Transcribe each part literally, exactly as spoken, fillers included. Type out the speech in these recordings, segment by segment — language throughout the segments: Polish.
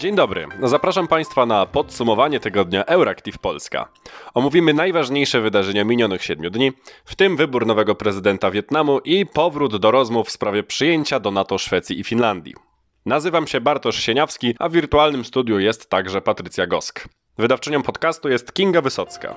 Dzień dobry, zapraszam Państwa na podsumowanie tygodnia Euractiv Polska. Omówimy najważniejsze wydarzenia minionych siedmiu dni, w tym wybór nowego prezydenta Wietnamu i powrót do rozmów w sprawie przyjęcia do NATO Szwecji i Finlandii. Nazywam się Bartosz Sieniawski, a w wirtualnym studiu jest także Patrycja Gosk. Wydawczynią podcastu jest Kinga Wysocka.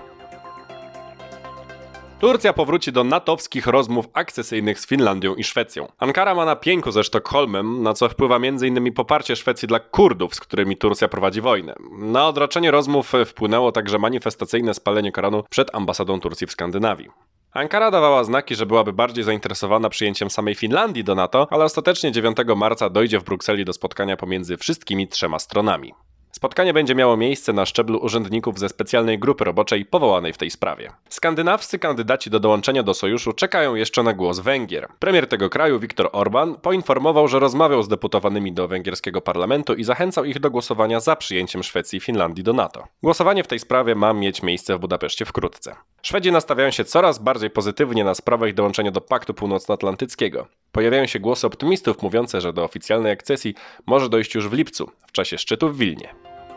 Turcja powróci do natowskich rozmów akcesyjnych z Finlandią i Szwecją. Ankara ma na pięku ze Sztokholmem, na co wpływa między innymi poparcie Szwecji dla Kurdów, z którymi Turcja prowadzi wojnę. Na odroczenie rozmów wpłynęło także manifestacyjne spalenie Koranu przed ambasadą Turcji w Skandynawii. Ankara dawała znaki, że byłaby bardziej zainteresowana przyjęciem samej Finlandii do NATO, ale ostatecznie dziewiątego marca dojdzie w Brukseli do spotkania pomiędzy wszystkimi trzema stronami. Spotkanie będzie miało miejsce na szczeblu urzędników ze specjalnej grupy roboczej powołanej w tej sprawie. Skandynawscy kandydaci do dołączenia do sojuszu czekają jeszcze na głos Węgier. Premier tego kraju, Viktor Orbán, poinformował, że rozmawiał z deputowanymi do węgierskiego parlamentu i zachęcał ich do głosowania za przyjęciem Szwecji i Finlandii do NATO. Głosowanie w tej sprawie ma mieć miejsce w Budapeszcie wkrótce. Szwedzi nastawiają się coraz bardziej pozytywnie na sprawę ich dołączenia do Paktu Północnoatlantyckiego. Pojawiają się głosy optymistów mówiące, że do oficjalnej akcesji może dojść już w lipcu, w czasie szczytu w Wilnie.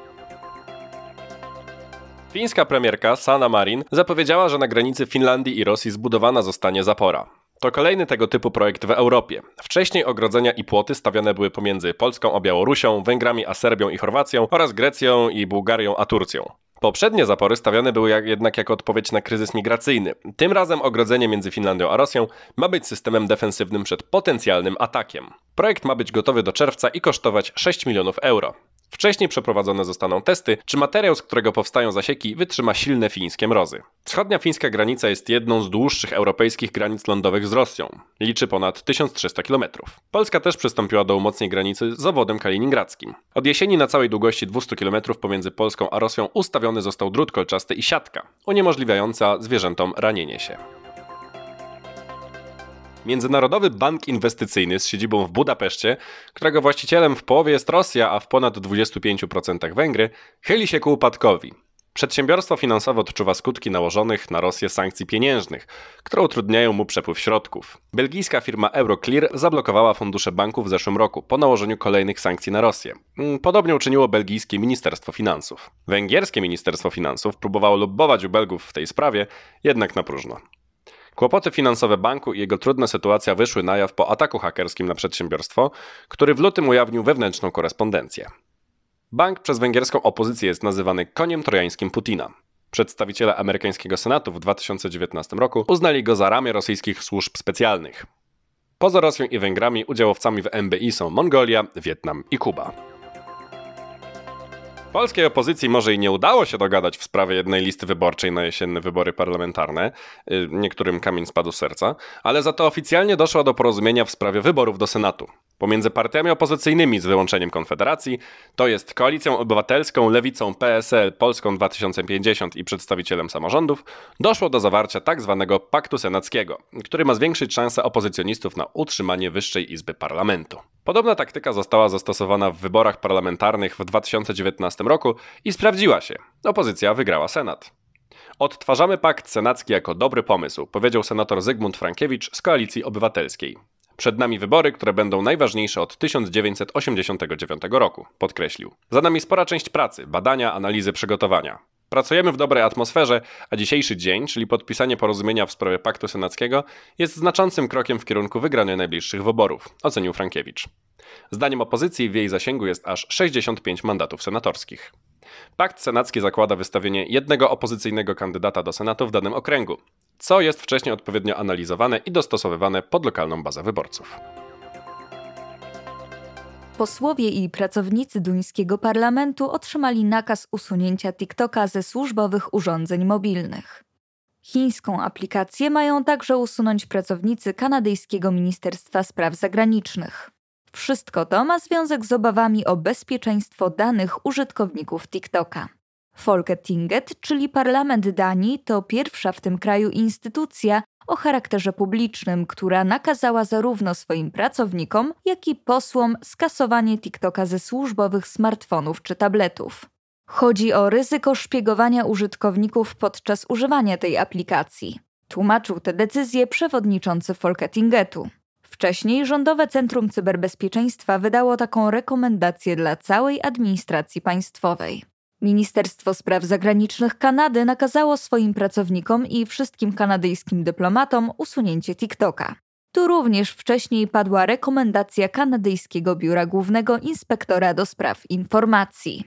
Fińska premierka Sanna Marin zapowiedziała, że na granicy Finlandii i Rosji zbudowana zostanie zapora. To kolejny tego typu projekt w Europie. Wcześniej ogrodzenia i płoty stawiane były pomiędzy Polską a Białorusią, Węgrami a Serbią i Chorwacją oraz Grecją i Bułgarią a Turcją. Poprzednie zapory stawiane były jak, jednak jako odpowiedź na kryzys migracyjny. Tym razem ogrodzenie między Finlandią a Rosją ma być systemem defensywnym przed potencjalnym atakiem. Projekt ma być gotowy do czerwca i kosztować sześć milionów euro. Wcześniej przeprowadzone zostaną testy, czy materiał, z którego powstają zasieki, wytrzyma silne fińskie mrozy. Wschodnia fińska granica jest jedną z dłuższych europejskich granic lądowych z Rosją. Liczy ponad tysiąc trzysta kilometrów. Polska też przystąpiła do umocnień granicy z obwodem kaliningradzkim. Od jesieni na całej długości dwieście kilometrów pomiędzy Polską a Rosją ustawiony został drut kolczasty i siatka, uniemożliwiająca zwierzętom ranienie się. Międzynarodowy Bank Inwestycyjny z siedzibą w Budapeszcie, którego właścicielem w połowie jest Rosja, a w ponad dwudziestu pięciu procentach Węgry, chyli się ku upadkowi. Przedsiębiorstwo finansowe odczuwa skutki nałożonych na Rosję sankcji pieniężnych, które utrudniają mu przepływ środków. Belgijska firma Euroclear zablokowała fundusze banku w zeszłym roku po nałożeniu kolejnych sankcji na Rosję. Podobnie uczyniło belgijskie Ministerstwo Finansów. Węgierskie Ministerstwo Finansów próbowało lobbować u Belgów w tej sprawie, jednak na próżno. Kłopoty finansowe banku i jego trudna sytuacja wyszły na jaw po ataku hakerskim na przedsiębiorstwo, który w lutym ujawnił wewnętrzną korespondencję. Bank przez węgierską opozycję jest nazywany koniem trojańskim Putina. Przedstawiciele amerykańskiego Senatu w dwa tysiące dziewiętnastym roku uznali go za ramię rosyjskich służb specjalnych. Poza Rosją i Węgrami udziałowcami w M B I są Mongolia, Wietnam i Kuba. Polskiej opozycji może i nie udało się dogadać w sprawie jednej listy wyborczej na jesienne wybory parlamentarne, niektórym kamień spadł z serca, ale za to oficjalnie doszła do porozumienia w sprawie wyborów do Senatu. Pomiędzy partiami opozycyjnymi z wyłączeniem Konfederacji, to jest Koalicją Obywatelską, Lewicą, P S L, Polską dwa tysiące pięćdziesiąt i przedstawicielem samorządów, doszło do zawarcia tzw. Paktu Senackiego, który ma zwiększyć szanse opozycjonistów na utrzymanie wyższej izby parlamentu. Podobna taktyka została zastosowana w wyborach parlamentarnych w dwa tysiące dziewiętnastym roku i sprawdziła się. Opozycja wygrała Senat. Odtwarzamy Pakt Senacki jako dobry pomysł, powiedział senator Zygmunt Frankiewicz z Koalicji Obywatelskiej. Przed nami wybory, które będą najważniejsze od tysiąc dziewięćset osiemdziesiątego dziewiątego roku, podkreślił. Za nami spora część pracy, badania, analizy, przygotowania. Pracujemy w dobrej atmosferze, a dzisiejszy dzień, czyli podpisanie porozumienia w sprawie Paktu Senackiego, jest znaczącym krokiem w kierunku wygrania najbliższych wyborów, ocenił Frankiewicz. Zdaniem opozycji w jej zasięgu jest aż sześćdziesiąt pięć mandatów senatorskich. Pakt senacki zakłada wystawienie jednego opozycyjnego kandydata do Senatu w danym okręgu, co jest wcześniej odpowiednio analizowane i dostosowywane pod lokalną bazę wyborców. Posłowie i pracownicy duńskiego parlamentu otrzymali nakaz usunięcia TikToka ze służbowych urządzeń mobilnych. Chińską aplikację mają także usunąć pracownicy kanadyjskiego Ministerstwa Spraw Zagranicznych. Wszystko to ma związek z obawami o bezpieczeństwo danych użytkowników TikToka. Folketinget, czyli parlament Danii, to pierwsza w tym kraju instytucja o charakterze publicznym, która nakazała zarówno swoim pracownikom, jak i posłom skasowanie TikToka ze służbowych smartfonów czy tabletów. Chodzi o ryzyko szpiegowania użytkowników podczas używania tej aplikacji. Tłumaczył tę decyzję przewodniczący Folketingetu. W Wcześniej Rządowe Centrum Cyberbezpieczeństwa wydało taką rekomendację dla całej administracji państwowej. Ministerstwo Spraw Zagranicznych Kanady nakazało swoim pracownikom i wszystkim kanadyjskim dyplomatom usunięcie TikToka. Tu również wcześniej padła rekomendacja kanadyjskiego Biura Głównego Inspektora do Spraw Informacji.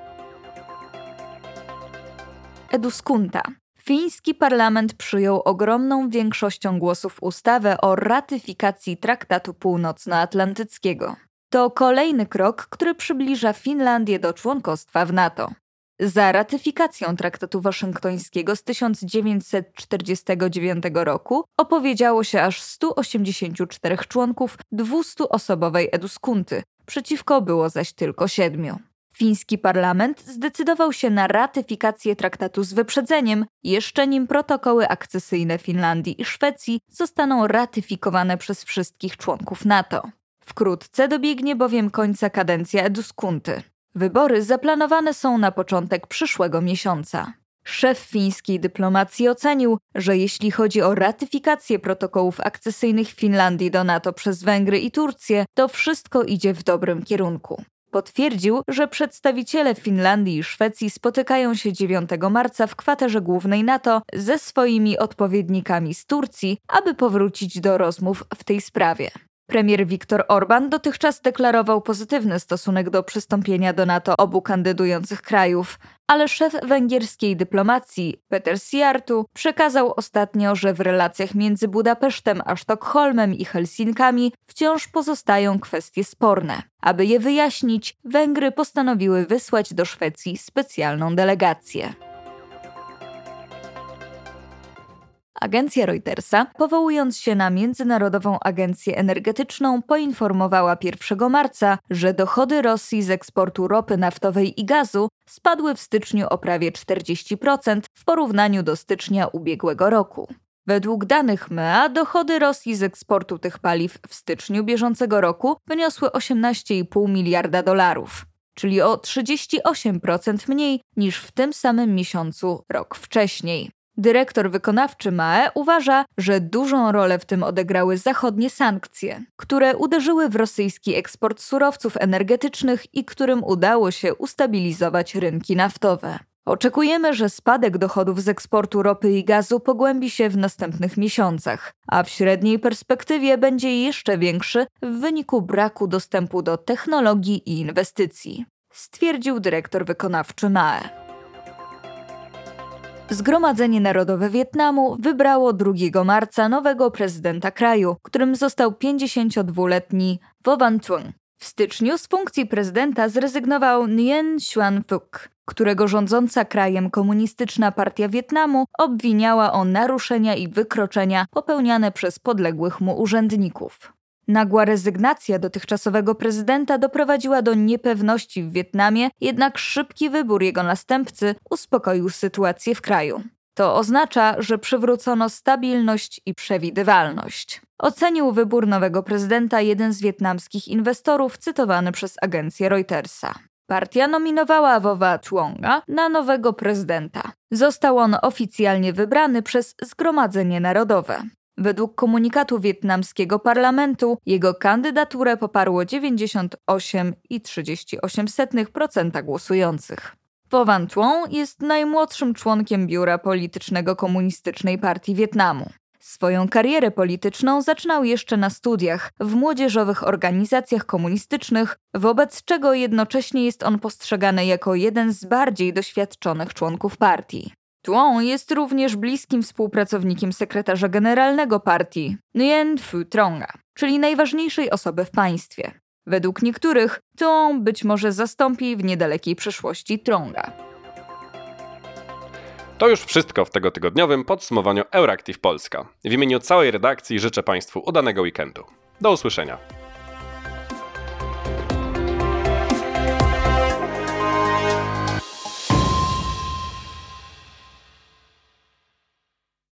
Eduskunta. Fiński parlament przyjął ogromną większością głosów ustawę o ratyfikacji Traktatu Północnoatlantyckiego. To kolejny krok, który przybliża Finlandię do członkostwa w NATO. Za ratyfikacją Traktatu Waszyngtońskiego z tysiąc dziewięćset czterdziestego dziewiątego roku opowiedziało się aż stu osiemdziesięciu czterech członków dwustuosobowej Eduskunty, przeciwko było zaś tylko siedmiu. Fiński parlament zdecydował się na ratyfikację traktatu z wyprzedzeniem, jeszcze nim protokoły akcesyjne Finlandii i Szwecji zostaną ratyfikowane przez wszystkich członków NATO. Wkrótce dobiegnie bowiem końca kadencja Eduskunty. Wybory zaplanowane są na początek przyszłego miesiąca. Szef fińskiej dyplomacji ocenił, że jeśli chodzi o ratyfikację protokołów akcesyjnych Finlandii do NATO przez Węgry i Turcję, to wszystko idzie w dobrym kierunku. Potwierdził, że przedstawiciele Finlandii i Szwecji spotykają się dziewiątego marca w kwaterze głównej NATO ze swoimi odpowiednikami z Turcji, aby powrócić do rozmów w tej sprawie. Premier Viktor Orban dotychczas deklarował pozytywny stosunek do przystąpienia do NATO obu kandydujących krajów, ale szef węgierskiej dyplomacji Péter Szijjártó przekazał ostatnio, że w relacjach między Budapesztem a Sztokholmem i Helsinkami wciąż pozostają kwestie sporne. Aby je wyjaśnić, Węgry postanowiły wysłać do Szwecji specjalną delegację. Agencja Reutersa, powołując się na Międzynarodową Agencję Energetyczną, poinformowała pierwszego marca, że dochody Rosji z eksportu ropy naftowej i gazu spadły w styczniu o prawie czterdzieści procent w porównaniu do stycznia ubiegłego roku. Według danych M E A dochody Rosji z eksportu tych paliw w styczniu bieżącego roku wyniosły osiemnaście i pół miliarda dolarów, czyli o trzydzieści osiem procent mniej niż w tym samym miesiącu rok wcześniej. Dyrektor wykonawczy M A E uważa, że dużą rolę w tym odegrały zachodnie sankcje, które uderzyły w rosyjski eksport surowców energetycznych i którym udało się ustabilizować rynki naftowe. Oczekujemy, że spadek dochodów z eksportu ropy i gazu pogłębi się w następnych miesiącach, a w średniej perspektywie będzie jeszcze większy w wyniku braku dostępu do technologii i inwestycji, stwierdził dyrektor wykonawczy M A E. Zgromadzenie Narodowe Wietnamu wybrało drugiego marca nowego prezydenta kraju, którym został pięćdziesięciodwuletni Vo Van Thuong. W styczniu z funkcji prezydenta zrezygnował Nguyen Xuan Phuc, którego rządząca krajem Komunistyczna Partia Wietnamu obwiniała o naruszenia i wykroczenia popełniane przez podległych mu urzędników. Nagła rezygnacja dotychczasowego prezydenta doprowadziła do niepewności w Wietnamie, jednak szybki wybór jego następcy uspokoił sytuację w kraju. To oznacza, że przywrócono stabilność i przewidywalność. Ocenił wybór nowego prezydenta jeden z wietnamskich inwestorów cytowany przez agencję Reutersa. Partia nominowała Vo Van Thuonga na nowego prezydenta. Został on oficjalnie wybrany przez Zgromadzenie Narodowe. Według komunikatu wietnamskiego parlamentu jego kandydaturę poparło dziewięćdziesiąt osiem i trzydzieści osiem procent głosujących. Vo Van Thuong jest najmłodszym członkiem biura politycznego Komunistycznej Partii Wietnamu. Swoją karierę polityczną zaczynał jeszcze na studiach w młodzieżowych organizacjach komunistycznych, wobec czego jednocześnie jest on postrzegany jako jeden z bardziej doświadczonych członków partii. Thuong jest również bliskim współpracownikiem sekretarza generalnego partii Nguyen Phu Tronga, czyli najważniejszej osoby w państwie. Według niektórych Thuong być może zastąpi w niedalekiej przyszłości Tronga. To już wszystko w tegotygodniowym podsumowaniu Euractiv Polska. W imieniu całej redakcji życzę Państwu udanego weekendu. Do usłyszenia.